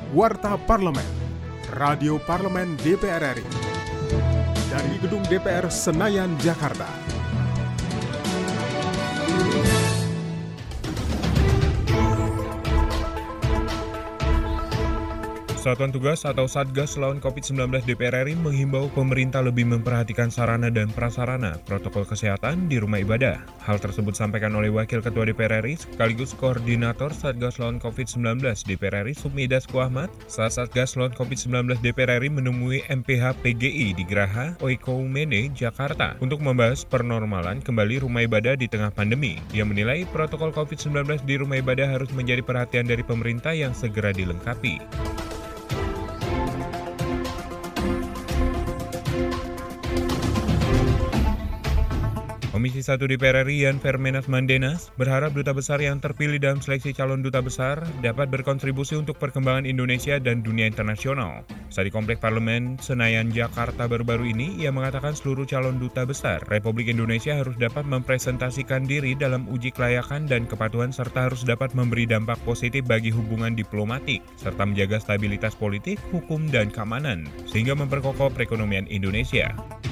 Warta Parlemen, Radio Parlemen DPR RI. Dari Gedung DPR Senayan, Jakarta. Satuan Tugas atau Satgas lawan COVID-19 DPR RI menghimbau pemerintah lebih memperhatikan sarana dan prasarana protokol kesehatan di rumah ibadah. Hal tersebut disampaikan oleh Wakil Ketua DPR RI sekaligus Koordinator Satgas lawan COVID-19 DPR RI Supmi Dasko Ahmad saat Satgas lawan COVID-19 DPR RI menemui MPH PGI di Geraha Oikoumene, Jakarta untuk membahas pernormalan kembali rumah ibadah di tengah pandemi. Ia menilai protokol COVID-19 di rumah ibadah harus menjadi perhatian dari pemerintah yang segera dilengkapi. Komisi 1 DPR RI Yan Fermenas Mandenas berharap duta besar yang terpilih dalam seleksi calon duta besar dapat berkontribusi untuk perkembangan Indonesia dan dunia internasional. Saat di Komplek Parlemen Senayan, Jakarta baru-baru ini, ia mengatakan seluruh calon duta besar Republik Indonesia harus dapat mempresentasikan diri dalam uji kelayakan dan kepatuhan serta harus dapat memberi dampak positif bagi hubungan diplomatik, serta menjaga stabilitas politik, hukum, dan keamanan, sehingga memperkokoh perekonomian Indonesia.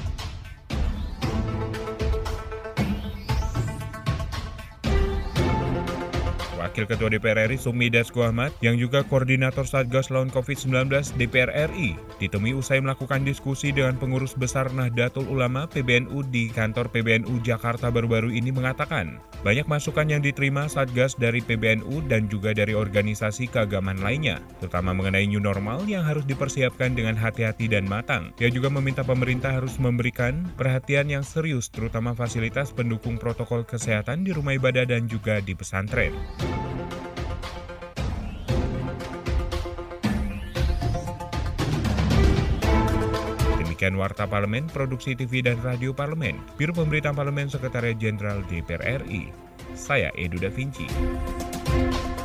Wakil Ketua DPR RI Supmi Dasko Ahmad yang juga Koordinator Satgas lawan COVID-19 DPR RI ditemui usai melakukan diskusi dengan pengurus besar Nahdlatul Ulama PBNU di kantor PBNU Jakarta baru-baru ini mengatakan banyak masukan yang diterima Satgas dari PBNU dan juga dari organisasi keagamaan lainnya, terutama mengenai new normal yang harus dipersiapkan dengan hati-hati dan matang. Ia juga meminta pemerintah harus memberikan perhatian yang serius terutama fasilitas pendukung protokol kesehatan di rumah ibadah dan juga di pesantren. Demikian Warta Parlemen, Produksi TV dan Radio Parlemen, Biro Pemberitaan Parlemen Sekretariat Jenderal DPR RI. Saya Edu Da Vinci.